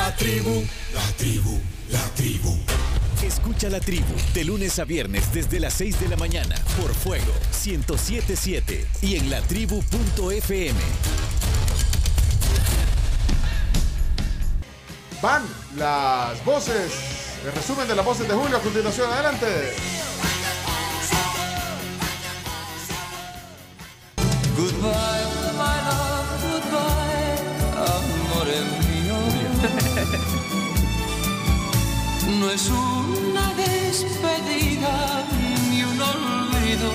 La tribu, la tribu, la tribu. Escucha La Tribu de lunes a viernes desde las 6 de la mañana por Fuego 107.7 y en latribu.fm. Van las voces, el resumen de las voces de Julio a continuación. Adelante. Goodbye, my love, goodbye, amore mío. No es una despedida ni un olvido.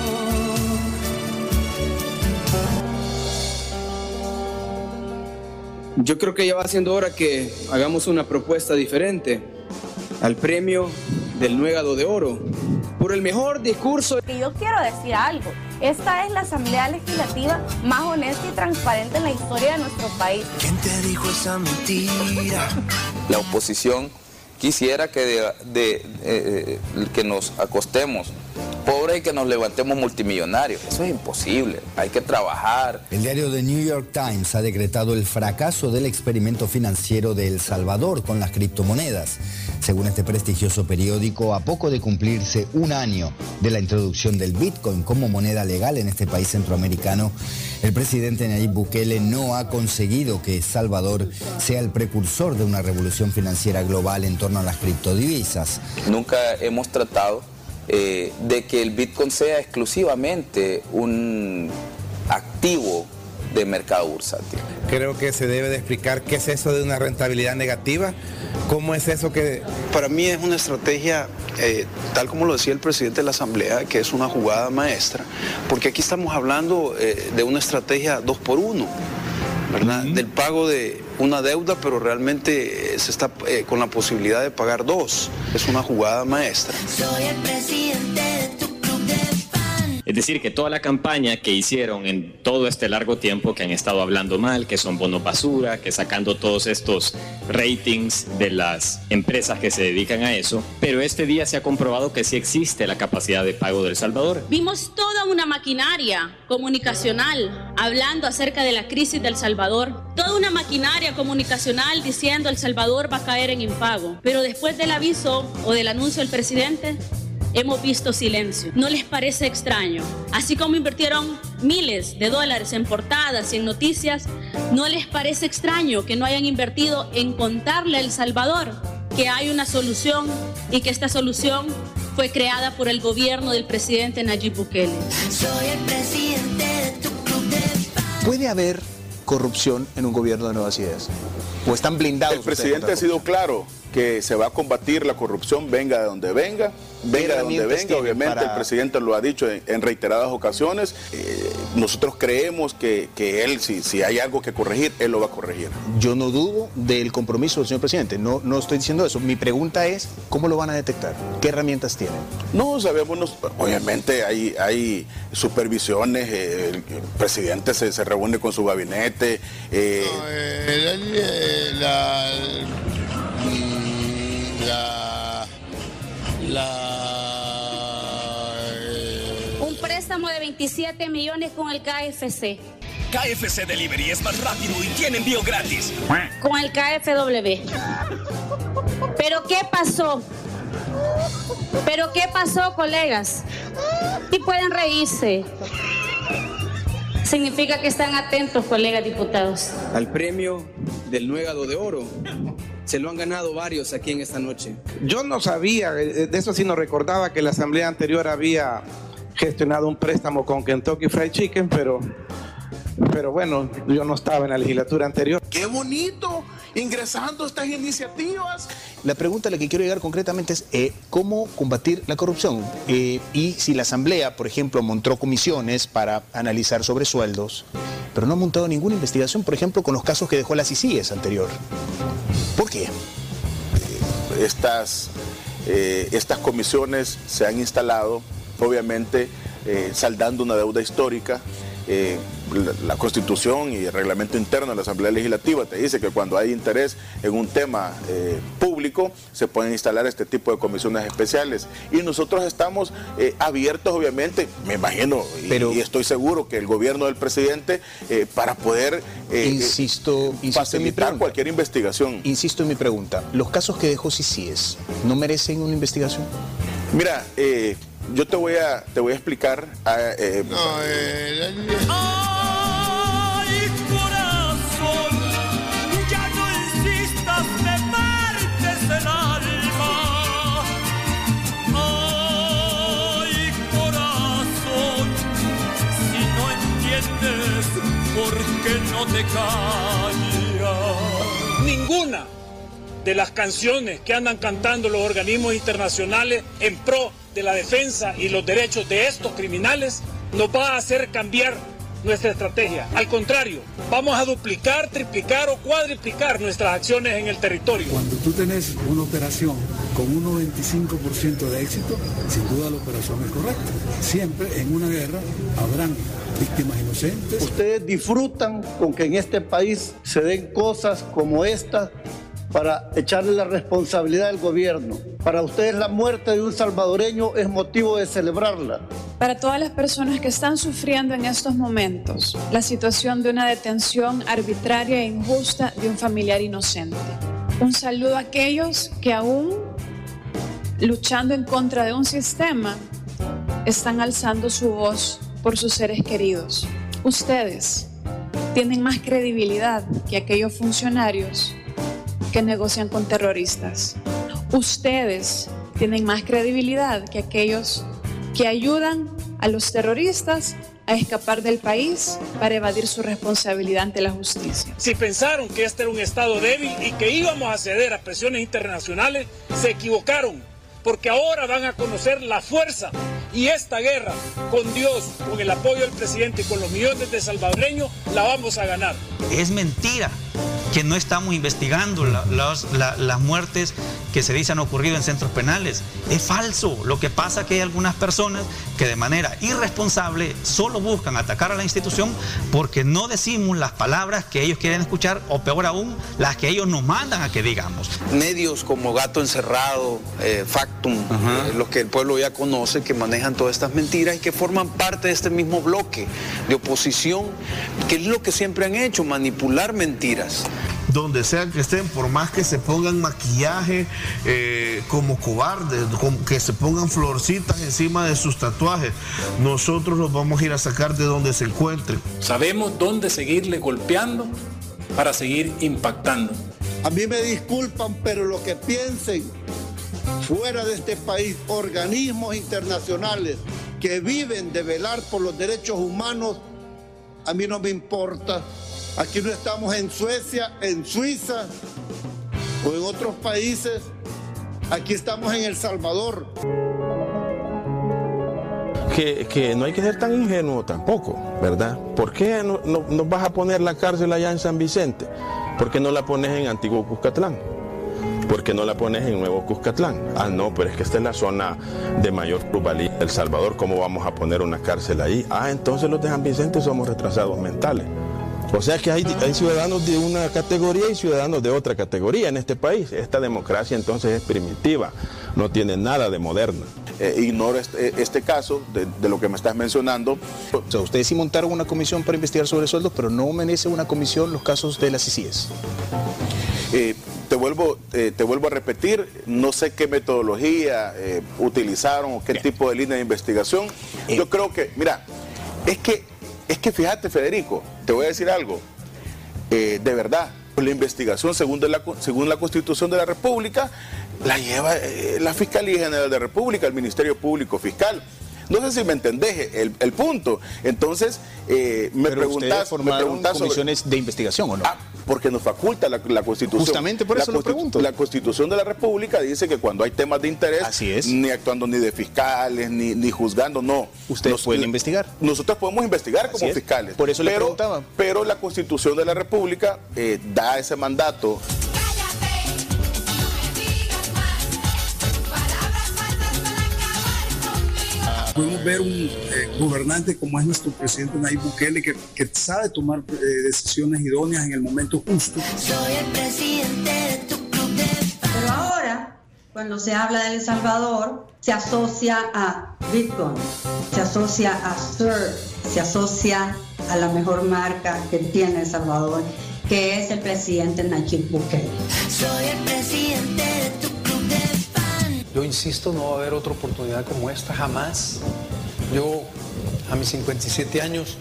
Yo creo que ya va siendo hora que hagamos una propuesta diferente al premio del Nuegado de Oro por el mejor discurso. Y yo quiero decir algo. Esta es la Asamblea Legislativa más honesta y transparente en la historia de nuestro país. ¿Quién te dijo esa mentira? La oposición quisiera que nos acostemos pobres y que nos levantemos multimillonarios. Eso es imposible, hay que trabajar. El diario The New York Times ha decretado el fracaso del experimento financiero de El Salvador con las criptomonedas. Según este prestigioso periódico, a poco de cumplirse un año de la introducción del Bitcoin como moneda legal en este país centroamericano, el presidente Nayib Bukele no ha conseguido que El Salvador sea el precursor de una revolución financiera global en torno a las criptodivisas. Nunca hemos tratado de que el Bitcoin sea exclusivamente un activo de mercado bursátil. Creo que se debe de explicar qué es eso de una rentabilidad negativa, cómo es eso que... Para mí es una estrategia, tal como lo decía el presidente de la Asamblea, que es una jugada maestra, porque aquí estamos hablando de una estrategia 2x1, ¿verdad? Del pago de una deuda, pero realmente se está con la posibilidad de pagar dos. Es una jugada maestra. Soy el presidente de tu club de fan. Es decir, que toda la campaña que hicieron en todo este largo tiempo, que han estado hablando mal, que son bonos basura, que sacando todos estos ratings de las empresas que se dedican a eso, pero este día se ha comprobado que sí existe la capacidad de pago de El Salvador. Vimos toda una maquinaria comunicacional hablando acerca de la crisis de El Salvador, toda una maquinaria comunicacional diciendo El Salvador va a caer en impago, pero después del aviso o del anuncio del presidente, hemos visto silencio. ¿No les parece extraño? Así como invirtieron miles de dólares en portadas y en noticias, ¿no les parece extraño que no hayan invertido en contarle a El Salvador que hay una solución y que esta solución fue creada por el gobierno del presidente Nayib Bukele? Soy el presidente de tu club de fan. ¿Puede haber corrupción en un gobierno de nuevas ideas? ¿O están blindados? El presidente ha sido claro que se va a combatir la corrupción, venga de donde venga, obviamente el presidente lo ha dicho en reiteradas ocasiones. Nosotros creemos que él, si hay algo que corregir, él lo va a corregir. Yo no dudo del compromiso del señor presidente, no estoy diciendo eso. Mi pregunta es, ¿cómo lo van a detectar? ¿Qué herramientas tienen? No, sabemos, obviamente hay supervisiones, el presidente se reúne con su gabinete. Un préstamo de 27 millones con el KFC. KFC Delivery es más rápido y tiene envío gratis. Con el KFW. ¿Pero qué pasó? ¿Pero qué pasó, colegas? Y pueden reírse. Significa que están atentos, colegas diputados. Al premio del Nuegado de Oro se lo han ganado varios aquí en esta noche. Yo no sabía, de eso sí no recordaba, que la asamblea anterior había gestionado un préstamo con Kentucky Fried Chicken, pero bueno, yo no estaba en la legislatura anterior. ¡Qué bonito! Ingresando estas iniciativas. La pregunta a la que quiero llegar concretamente es ¿cómo combatir la corrupción? Y si la Asamblea, por ejemplo, montó comisiones para analizar sobresueldos, pero no ha montado ninguna investigación, por ejemplo, con los casos que dejó la CICIES anterior. ¿Por qué? Estas comisiones se han instalado, obviamente, saldando una deuda histórica. la Constitución y el reglamento interno de la Asamblea Legislativa te dice que cuando hay interés en un tema público se pueden instalar este tipo de comisiones especiales, y nosotros estamos abiertos, obviamente, me imagino, y estoy seguro que el gobierno del presidente para poder facilitar cualquier investigación. Insisto en mi pregunta, ¿los casos que dejó CICIES no merecen una investigación? Mira, yo te voy a explicar. Ay, corazón, ya no insistas, me partes el alma. Ay, corazón, si no entiendes, ¿por qué no te callas? Ninguna de las canciones que andan cantando los organismos internacionales en pro de la defensa y los derechos de estos criminales nos va a hacer cambiar nuestra estrategia. Al contrario, vamos a duplicar, triplicar o cuadriplicar nuestras acciones en el territorio. Cuando tú tenés una operación con un 95% de éxito, sin duda la operación es correcta. Siempre en una guerra habrán víctimas inocentes. Ustedes disfrutan con que en este país se den cosas como esta para echarle la responsabilidad al gobierno. Para ustedes la muerte de un salvadoreño es motivo de celebrarla. Para todas las personas que están sufriendo en estos momentos la situación de una detención arbitraria e injusta de un familiar inocente. Un saludo a aquellos que aún luchando en contra de un sistema están alzando su voz por sus seres queridos. Ustedes tienen más credibilidad que aquellos funcionarios que negocian con terroristas. Ustedes tienen más credibilidad que aquellos que ayudan a los terroristas a escapar del país para evadir su responsabilidad ante la justicia. Si pensaron que este era un Estado débil y que íbamos a ceder a presiones internacionales, se equivocaron, porque ahora van a conocer la fuerza, y esta guerra, con Dios, con el apoyo del presidente y con los millones de salvadoreños, la vamos a ganar. Es mentira que no estamos investigando las muertes que se dicen han ocurrido en centros penales. Es falso. Lo que pasa es que hay algunas personas que de manera irresponsable solo buscan atacar a la institución porque no decimos las palabras que ellos quieren escuchar, o peor aún, las que ellos nos mandan a que digamos. Medios como Gato Encerrado, Factum, los que el pueblo ya conoce, que manejan todas estas mentiras y que forman parte de este mismo bloque de oposición, que es lo que siempre han hecho, manipular mentiras. Donde sea que estén, por más que se pongan maquillaje como cobardes, que se pongan florcitas encima de sus tatuajes, nosotros los vamos a ir a sacar de donde se encuentren. Sabemos dónde seguirle golpeando para seguir impactando. A mí me disculpan, pero lo que piensen fuera de este país, organismos internacionales que viven de velar por los derechos humanos, a mí no me importa. Aquí no estamos en Suecia, en Suiza o en otros países. Aquí estamos en El Salvador. Que no hay que ser tan ingenuo tampoco, ¿verdad? ¿Por qué no vas a poner la cárcel allá en San Vicente? ¿Por qué no la pones en Antiguo Cuscatlán? ¿Por qué no la pones en Nuevo Cuscatlán? Ah, no, pero es que esta es la zona de mayor pluralidad de El Salvador. ¿Cómo vamos a poner una cárcel ahí? Ah, entonces los de San Vicente somos retrasados mentales. O sea que hay ciudadanos de una categoría y ciudadanos de otra categoría en este país. Esta democracia entonces es primitiva, no tiene nada de moderna. Ignoro este caso de lo que me estás mencionando. O sea, ustedes sí montaron una comisión para investigar sobre sueldos, pero no merece una comisión los casos de las CICIES. Te vuelvo a repetir, no sé qué metodología utilizaron o qué tipo de línea de investigación. Yo creo que, mira, es que fíjate, Federico, te voy a decir algo, de verdad, la investigación según la Constitución de la República la lleva la Fiscalía General de la República, el Ministerio Público Fiscal. No sé si me entendés el punto. Entonces, me preguntás sobre comisiones de investigación, ¿o no? Porque nos faculta la Constitución. Justamente por eso lo pregunto. La Constitución de la República dice que cuando hay temas de interés, así es, ni actuando ni de fiscales, ni juzgando, no. Ustedes pueden investigar. Nosotros podemos investigar como fiscales. Por eso le preguntaba. Pero la Constitución de la República da ese mandato. podemos ver un gobernante como es nuestro presidente Nayib Bukele, que sabe tomar decisiones idóneas en el momento justo. Soy el presidente de tu club de fans. Pero ahora, cuando se habla de El Salvador, se asocia a Bitcoin, se asocia a Surf, se asocia a la mejor marca que tiene El Salvador, que es el presidente Nayib Bukele. Soy el presidente de tu club de fans. Yo insisto, no va a haber otra oportunidad como esta jamás. Yo, a mis 57 años,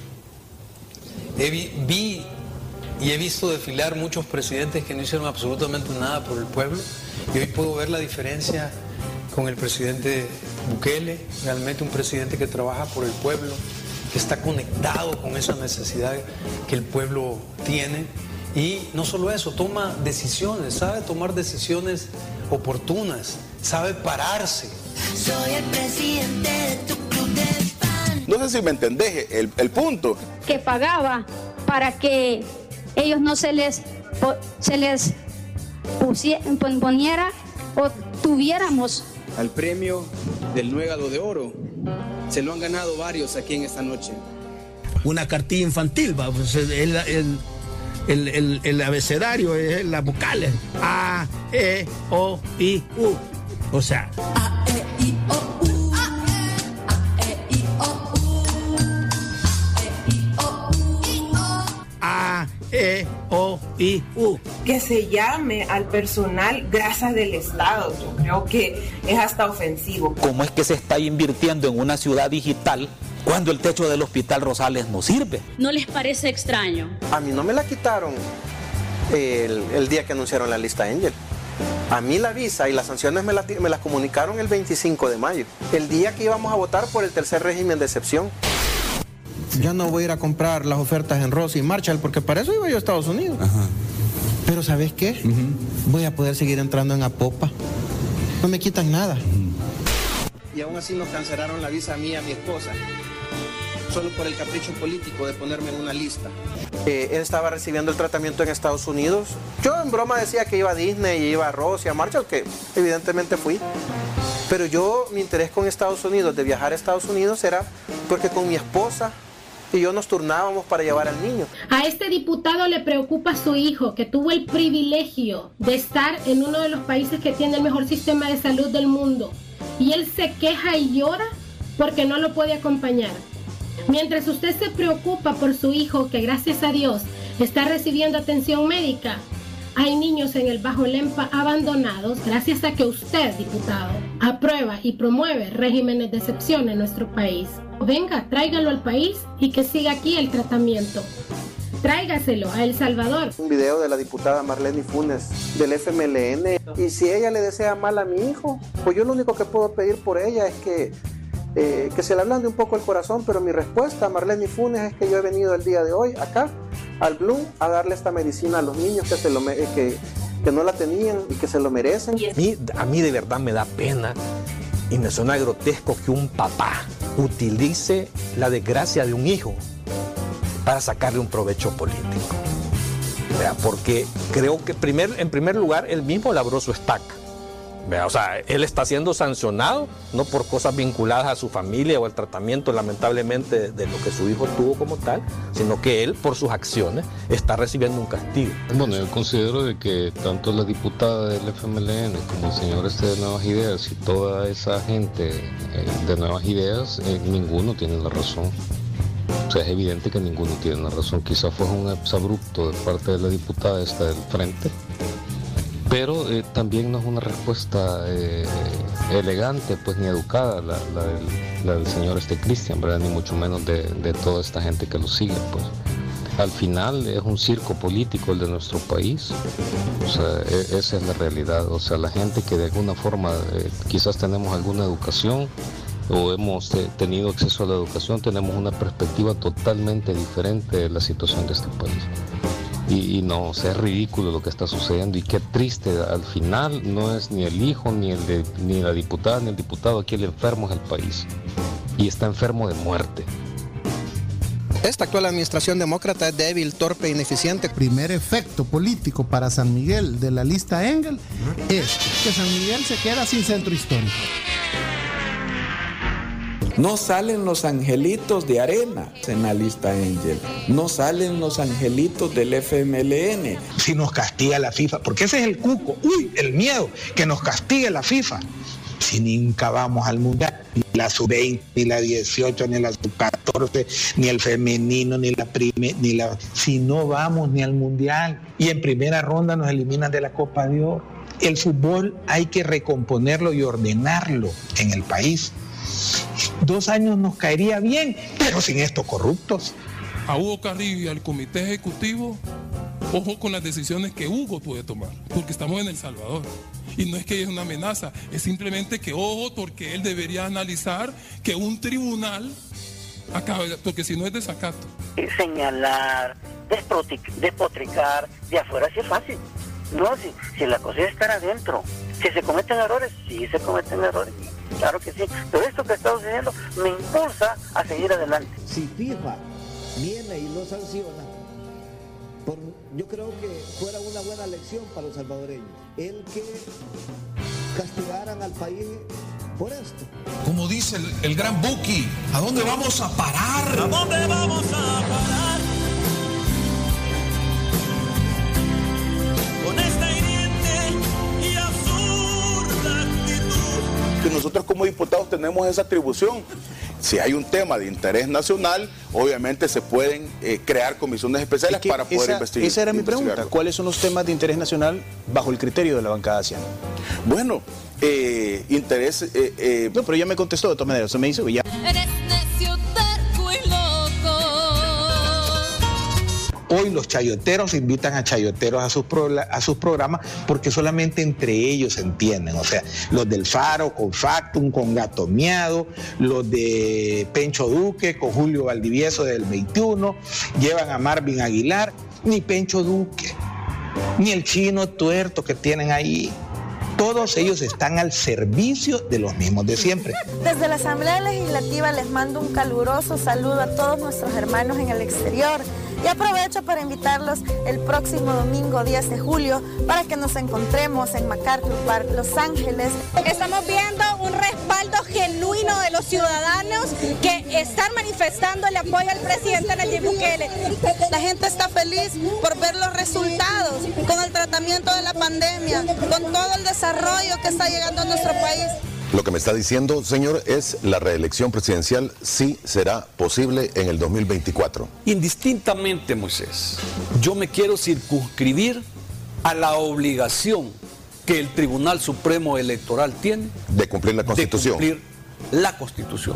vi y he visto desfilar muchos presidentes que no hicieron absolutamente nada por el pueblo, y hoy puedo ver la diferencia con el presidente Bukele, realmente un presidente que trabaja por el pueblo, que está conectado con esa necesidad que el pueblo tiene. Y no solo eso, toma decisiones, sabe tomar decisiones oportunas, sabe pararse. Soy el presidente de tu club de fans. No sé si me entendés el punto. Que pagaba para que ellos no se les poniera o tuviéramos. Al premio del Nuegado de Oro se lo han ganado varios aquí en esta noche. Una cartilla infantil, pues, el abecedario es las vocales A, E, O, I, U. O sea, A, E, I, O, U. A, E, O, I, U. Que se llame al personal grasas del Estado, yo creo que es hasta ofensivo. ¿Cómo es que se está invirtiendo en una ciudad digital cuando el techo del Hospital Rosales no sirve? ¿No les parece extraño? A mí no me la quitaron el día que anunciaron la lista Angel. A mí la visa y las sanciones me las comunicaron el 25 de mayo, el día que íbamos a votar por el tercer régimen de excepción. Yo no voy a ir a comprar las ofertas en Ross y Marshall porque para eso iba yo a Estados Unidos. Ajá. Pero ¿sabes qué? Voy a poder seguir entrando en Apopa. No me quitan nada. Y aún así nos cancelaron la visa a mí y a mi esposa, solo por el capricho político de ponerme en una lista. Él estaba recibiendo el tratamiento en Estados Unidos. Yo en broma decía que iba a Disney y iba a Ross y a Marshall, que evidentemente fui. Pero mi interés con Estados Unidos, de viajar a Estados Unidos, era porque con mi esposa y yo nos turnábamos para llevar al niño. A este diputado le preocupa su hijo, que tuvo el privilegio de estar en uno de los países que tiene el mejor sistema de salud del mundo. Y él se queja y llora porque no lo puede acompañar. Mientras usted se preocupa por su hijo, que gracias a Dios está recibiendo atención médica, hay niños en el Bajo Lempa abandonados gracias a que usted, diputado, aprueba y promueve regímenes de excepción en nuestro país. Venga, tráigalo al país y que siga aquí el tratamiento. Tráigaselo a El Salvador. Un video de la diputada Marlene Funes del FMLN. Y si ella le desea mal a mi hijo, pues yo lo único que puedo pedir por ella es que se le ablande un poco el corazón, pero mi respuesta a Marlene Funes es que yo he venido el día de hoy acá al Bloom a darle esta medicina a los niños que no la tenían y que se lo merecen. A mí de verdad me da pena y me suena grotesco que un papá utilice la desgracia de un hijo para sacarle un provecho político. Porque creo que en primer lugar él mismo labró su estaca. O sea, él está siendo sancionado no por cosas vinculadas a su familia o al tratamiento lamentablemente de lo que su hijo tuvo como tal, sino que él por sus acciones está recibiendo un castigo. Bueno, yo considero de que tanto la diputada del FMLN como el señor de Nuevas Ideas y toda esa gente de Nuevas Ideas, ninguno tiene la razón. O sea, es evidente que ninguno tiene la razón. Quizás fue un exabrupto de parte de la diputada esta del frente, pero también no es una respuesta elegante, pues, ni educada la del señor Cristian, ¿verdad? Ni mucho menos de toda esta gente que lo sigue, pues. Al final es un circo político el de nuestro país. O sea, esa es la realidad. O sea, la gente que de alguna forma quizás tenemos alguna educación o hemos tenido acceso a la educación, tenemos una perspectiva totalmente diferente de la situación de este país. Y no, o sea, es ridículo lo que está sucediendo y qué triste. Al final no es ni el hijo, ni la diputada, ni el diputado. Aquí el enfermo es el país y está enfermo de muerte. Esta actual administración demócrata es débil, torpe, ineficiente. Primer efecto político para San Miguel de la lista Engel es que San Miguel se queda sin centro histórico. No salen los angelitos de arena en la lista Angel. No salen los angelitos del FMLN. Si nos castiga la FIFA, porque ese es el cuco, el miedo, que nos castigue la FIFA. Si nunca vamos al mundial, ni la sub-20, ni la 18, ni la sub-14, ni el femenino, ni la si no vamos ni al mundial, y en primera ronda nos eliminan de la Copa de Oro. El fútbol hay que recomponerlo y ordenarlo en el país. 2 años nos caería bien, pero sin estos corruptos. A Hugo Carrillo y al comité ejecutivo, ojo con las decisiones que Hugo puede tomar, porque estamos en El Salvador. Y no es que es una amenaza, es simplemente que ojo, porque él debería analizar que un tribunal acabe, porque si no es desacato. Señalar, despotricar, de afuera sí es fácil. No, si la cosa es estar adentro. Si se cometen errores, sí se cometen errores. Claro que sí. Pero esto que está sucediendo me impulsa a seguir adelante. Si FIFA viene y lo sanciona, yo creo que fuera una buena lección para los salvadoreños el que castigaran al país por esto. Como dice el gran Buki, ¿a dónde vamos a parar? ¿A dónde vamos a parar? Con esta hiriente y absurda actitud. Que nosotros como diputados tenemos esa atribución. Si hay un tema de interés nacional, obviamente se pueden crear comisiones especiales para poder investigar. Esa era mi pregunta. ¿Cuáles son los temas de interés nacional bajo el criterio de la bancada ciana? Bueno, interés... No, pero ya me contestó de todas maneras. Se me dice ya... Eres necio, terco y loco. Hoy los chayoteros invitan a chayoteros a sus programas porque solamente entre ellos se entienden. O sea, los del Faro con Factum, con Gato Miado, los de Pencho Duque con Julio Valdivieso del 21, llevan a Marvin Aguilar, ni Pencho Duque, ni el chino tuerto que tienen ahí. Todos ellos están al servicio de los mismos de siempre. Desde la Asamblea Legislativa les mando un caluroso saludo a todos nuestros hermanos en el exterior. Y aprovecho para invitarlos el próximo domingo 10 de julio para que nos encontremos en MacArthur Park, Los Ángeles. Estamos viendo un respaldo genuino de los ciudadanos que están manifestando el apoyo al presidente Nayib Bukele. La gente está feliz por ver los resultados con el tratamiento de la pandemia, con todo el desarrollo que está llegando a nuestro país. Lo que me está diciendo, señor, es la reelección presidencial sí será posible en el 2024. Indistintamente, Moisés, yo me quiero circunscribir a la obligación que el Tribunal Supremo Electoral tiene de cumplir la Constitución. De cumplir la Constitución.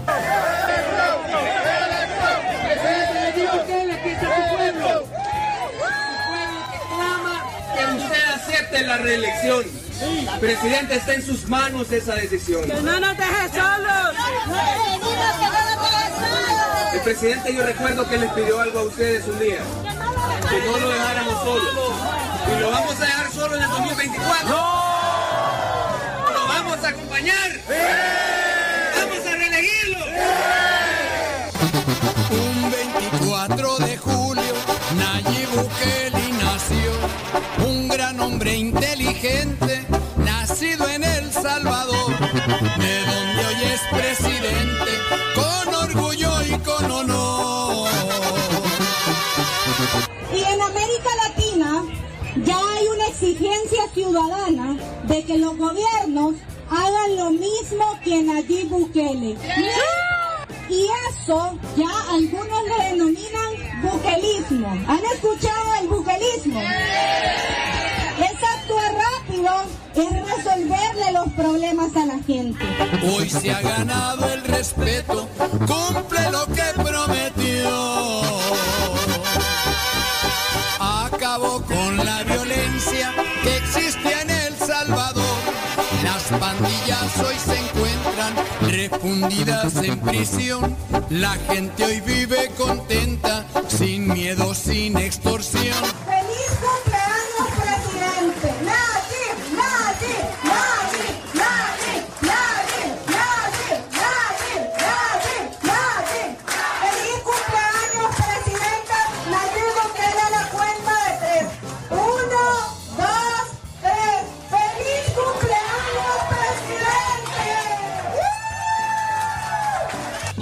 Que usted acepte la reelección. Presidente, está en sus manos esa decisión. ¡Que no nos deje solos! El presidente, yo recuerdo que les pidió algo a ustedes un día, que no lo dejáramos solos. Y lo vamos a dejar solo en el 2024. ¡No! ¡Lo vamos a acompañar! ¡Vamos a reelegirlo! Un 24 de julio, Nayib Bukele nació, un gran hombre inteligente, nacido en El Salvador, de donde hoy es presidente, con orgullo y con honor. Y en América Latina ya hay una exigencia ciudadana de que los gobiernos hagan lo mismo que Nayib Bukele. Y eso ya algunos le denominan bukelismo. ¿Han escuchado el bukelismo? Es actuar rápido, es resolverle los problemas a la gente. Hoy se ha ganado el respeto, cumple lo que prometió. Acabó con la violencia que existe en El Salvador. Las pandillas hoy se encuentran refundidas en prisión. La gente hoy vive contenta, sin miedo, sin extorsión. ¡Feliz cumpleaños, presidente! ¡Nayib! ¡Nayib! ¡Nayib! ¡Nayib! ¡Nayib! ¡Nayib! ¡Nayib! ¡Nayib! ¡Nayib! ¡Feliz cumpleaños, presidente! Nayib Bukele a la cuenta de 3. 1, 2, 3. ¡Feliz cumpleaños, presidente!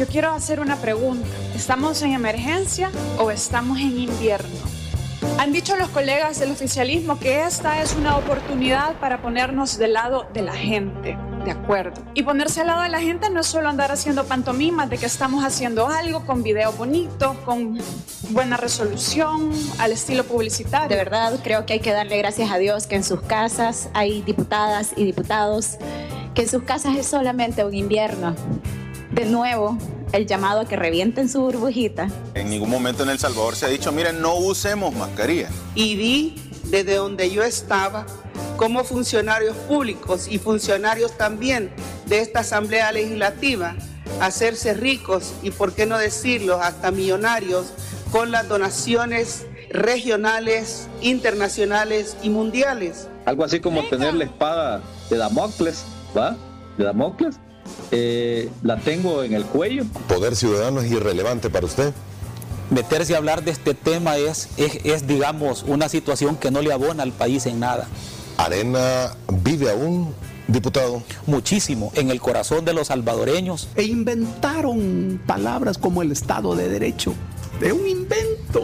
quiero hacer una pregunta. ¿Estamos en emergencia o estamos en invierno? Han dicho los colegas del oficialismo que esta es una oportunidad para ponernos del lado de la gente. De acuerdo. Y ponerse al lado de la gente no es solo andar haciendo pantomimas de que estamos haciendo algo con video bonito, con buena resolución, al estilo publicitario. De verdad, creo que hay que darle gracias a Dios que en sus casas hay diputadas y diputados, que en sus casas es solamente un invierno. De nuevo, el llamado a que revienten su burbujita. En ningún momento en El Salvador se ha dicho, miren, no usemos mascarilla. Y vi desde donde yo estaba como funcionarios públicos y funcionarios también de esta Asamblea Legislativa hacerse ricos y, por qué no decirlo, hasta millonarios con las donaciones regionales, internacionales y mundiales. Algo así como tener la espada de Damocles, ¿va? De Damocles. La tengo en el cuello. ¿Poder ciudadano es irrelevante para usted? Meterse a hablar de este tema es, digamos, una situación que no le abona al país en nada. ¿Arena vive aún, diputado? Muchísimo, en el corazón de los salvadoreños. E inventaron palabras como el Estado de Derecho. Es un invento,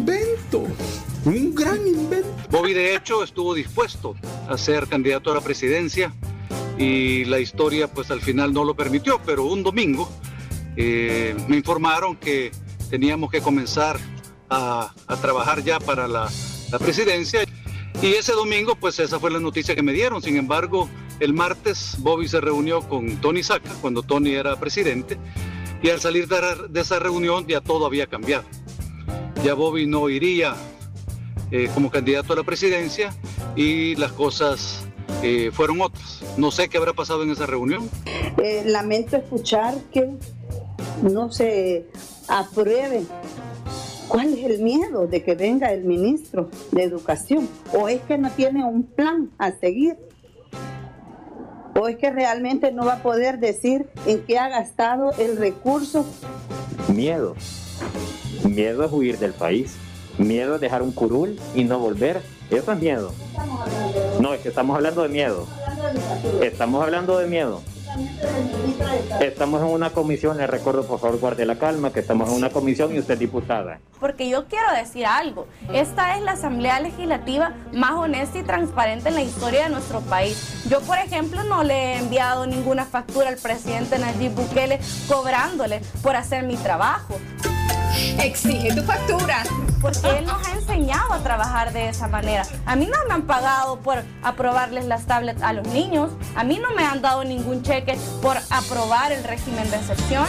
un gran invento. Bobby, de hecho, estuvo dispuesto a ser candidato a la presidencia y la historia, pues, al final no lo permitió, pero un domingo me informaron que teníamos que comenzar a trabajar ya para la presidencia. Y ese domingo, pues esa fue la noticia que me dieron. Sin embargo, el martes Bobby se reunió con Tony Saca, cuando Tony era presidente, y al salir de esa reunión ya todo había cambiado. Ya Bobby no iría como candidato a la presidencia y las cosas fueron otras. No sé qué habrá pasado en esa reunión. Lamento escuchar que no se apruebe. ¿Cuál es el miedo de que venga el ministro de Educación? ¿O es que no tiene un plan a seguir? ¿O es que realmente no va a poder decir en qué ha gastado el recurso? Miedo. Miedo es huir del país. Miedo es dejar un curul y no volver. Eso es miedo. No, es que estamos hablando de miedo. Estamos hablando de miedo. Estamos en una comisión, les recuerdo, por favor, guarde la calma, que estamos en una comisión y usted es diputada. Porque yo quiero decir algo, esta es la Asamblea Legislativa más honesta y transparente en la historia de nuestro país. Yo, por ejemplo, no le he enviado ninguna factura al presidente Nayib Bukele cobrándole por hacer mi trabajo. Exige tu factura. Porque él nos ha enseñado a trabajar de esa manera. A mí no me han pagado por aprobarles las tablets a los niños. A mí no me han dado ningún cheque por aprobar el régimen de excepción.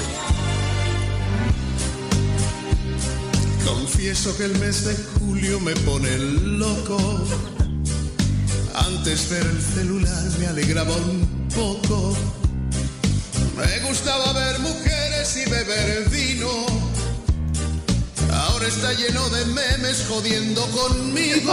Confieso que el mes de julio me pone loco. Antes ver el celular me alegraba un poco. Me gustaba ver mujeres y beber vino. Ahora está lleno de memes jodiendo conmigo.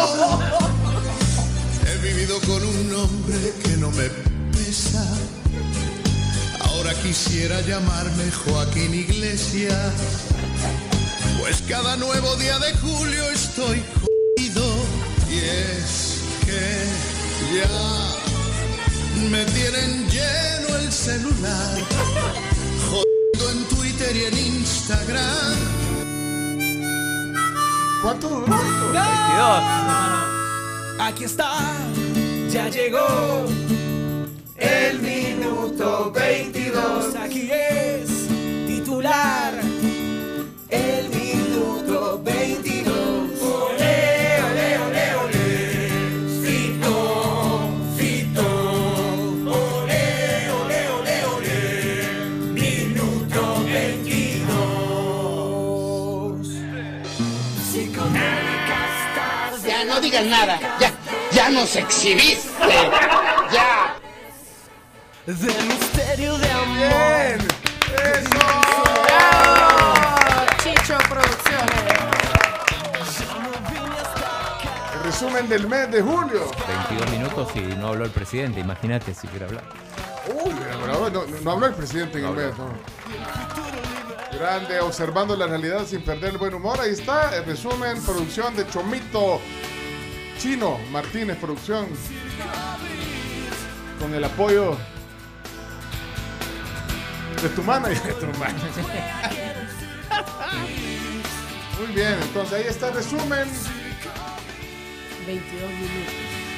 He vivido con un hombre que no me pesa. Ahora quisiera llamarme Joaquín Iglesias. Pues cada nuevo día de julio estoy jodido. Y es que ya me tienen lleno el celular. Jodiendo en Twitter y en Instagram. ¿Cuánto duró? 22. Aquí está, ya llegó el minuto 22. Aquí es titular el minuto 22. Olé, olé, olé, olé. Fito, Fito. Olé, olé, olé, olé. Minuto 22. Ya no digas nada, ya nos exhibiste, ya. Del misterio de amor. Bien, eso. Chicho Producciones. El resumen del mes de julio. 22 minutos y no habló el presidente, imagínate si quiere hablar. Uy, no habló el presidente en el mes, ¿no? Grande, observando la realidad sin perder el buen humor. Ahí está el resumen, producción de Chomito Chino Martínez, producción, con el apoyo De tu mano y de tu mano. Muy bien, entonces ahí está el resumen. 22 minutos.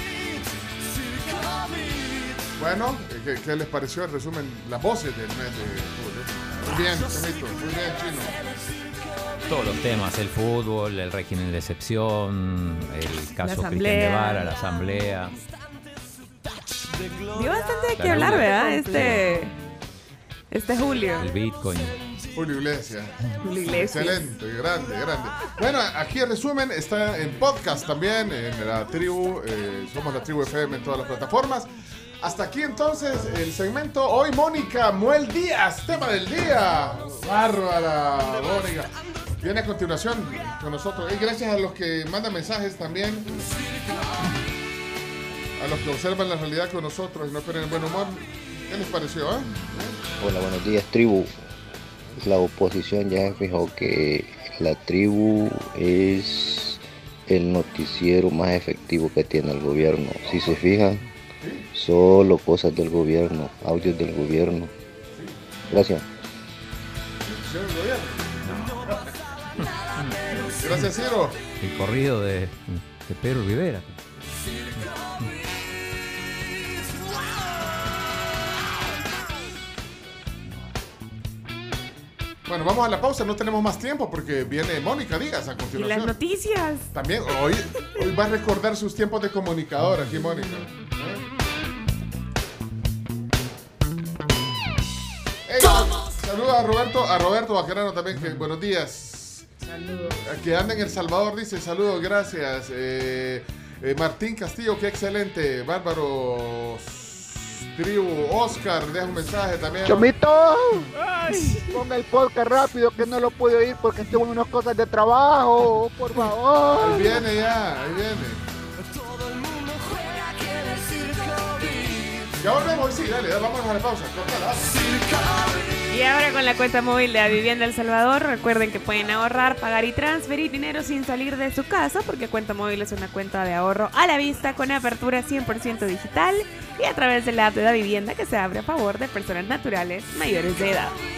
Bueno, ¿qué les pareció el resumen? Las voces del mes de julio. Muy bien, Chomito, muy bien, Chino. Todos los temas, el fútbol, el régimen de excepción, el caso Cristian Guevara, la asamblea. Dio bastante de qué hablar, ¿verdad? Este Julio. El Bitcoin. Julio Iglesias. Julio Iglesias. Excelente, grande. Bueno, aquí el resumen está en podcast también, en la tribu, somos la tribu FM en todas las plataformas. Hasta aquí entonces el segmento. Hoy Mónica Muel Díaz, tema del día. Bárbara, Mónica. Viene a continuación con nosotros. Y gracias a los que mandan mensajes también. A los que observan la realidad con nosotros y no pierden el buen humor. ¿Qué les pareció? Hola, buenos días, tribu. La oposición ya se fijó que la tribu es el noticiero más efectivo que tiene el gobierno. Si se fijan, solo cosas del gobierno, audios del gobierno. Gracias. Gracias, Ciro. El corrido de Pedro Rivera. Bueno, vamos a la pausa, no tenemos más tiempo porque viene Mónica Díaz a continuación. Y las noticias. También, hoy va a recordar sus tiempos de comunicadora aquí, Mónica. Hey, saluda a Roberto Baquerano también, que buenos días. Saludos. Que anda en El Salvador, dice, saludos, gracias. Martín Castillo, qué excelente. Bárbaro. Tribu, Oscar, deja un mensaje también. Chomito, ponga el podcast rápido que no lo puedo oír porque estoy en unas cosas de trabajo, por favor. Ahí viene ya, ahí viene. Ya volvemos, sí, dale, vámonos a la pausa. Y ahora con la cuenta móvil de Vivienda El Salvador, recuerden que pueden ahorrar, pagar y transferir dinero sin salir de su casa, porque cuenta móvil es una cuenta de ahorro a la vista con apertura 100% digital y a través de la app de la vivienda que se abre a favor de personas naturales mayores de edad.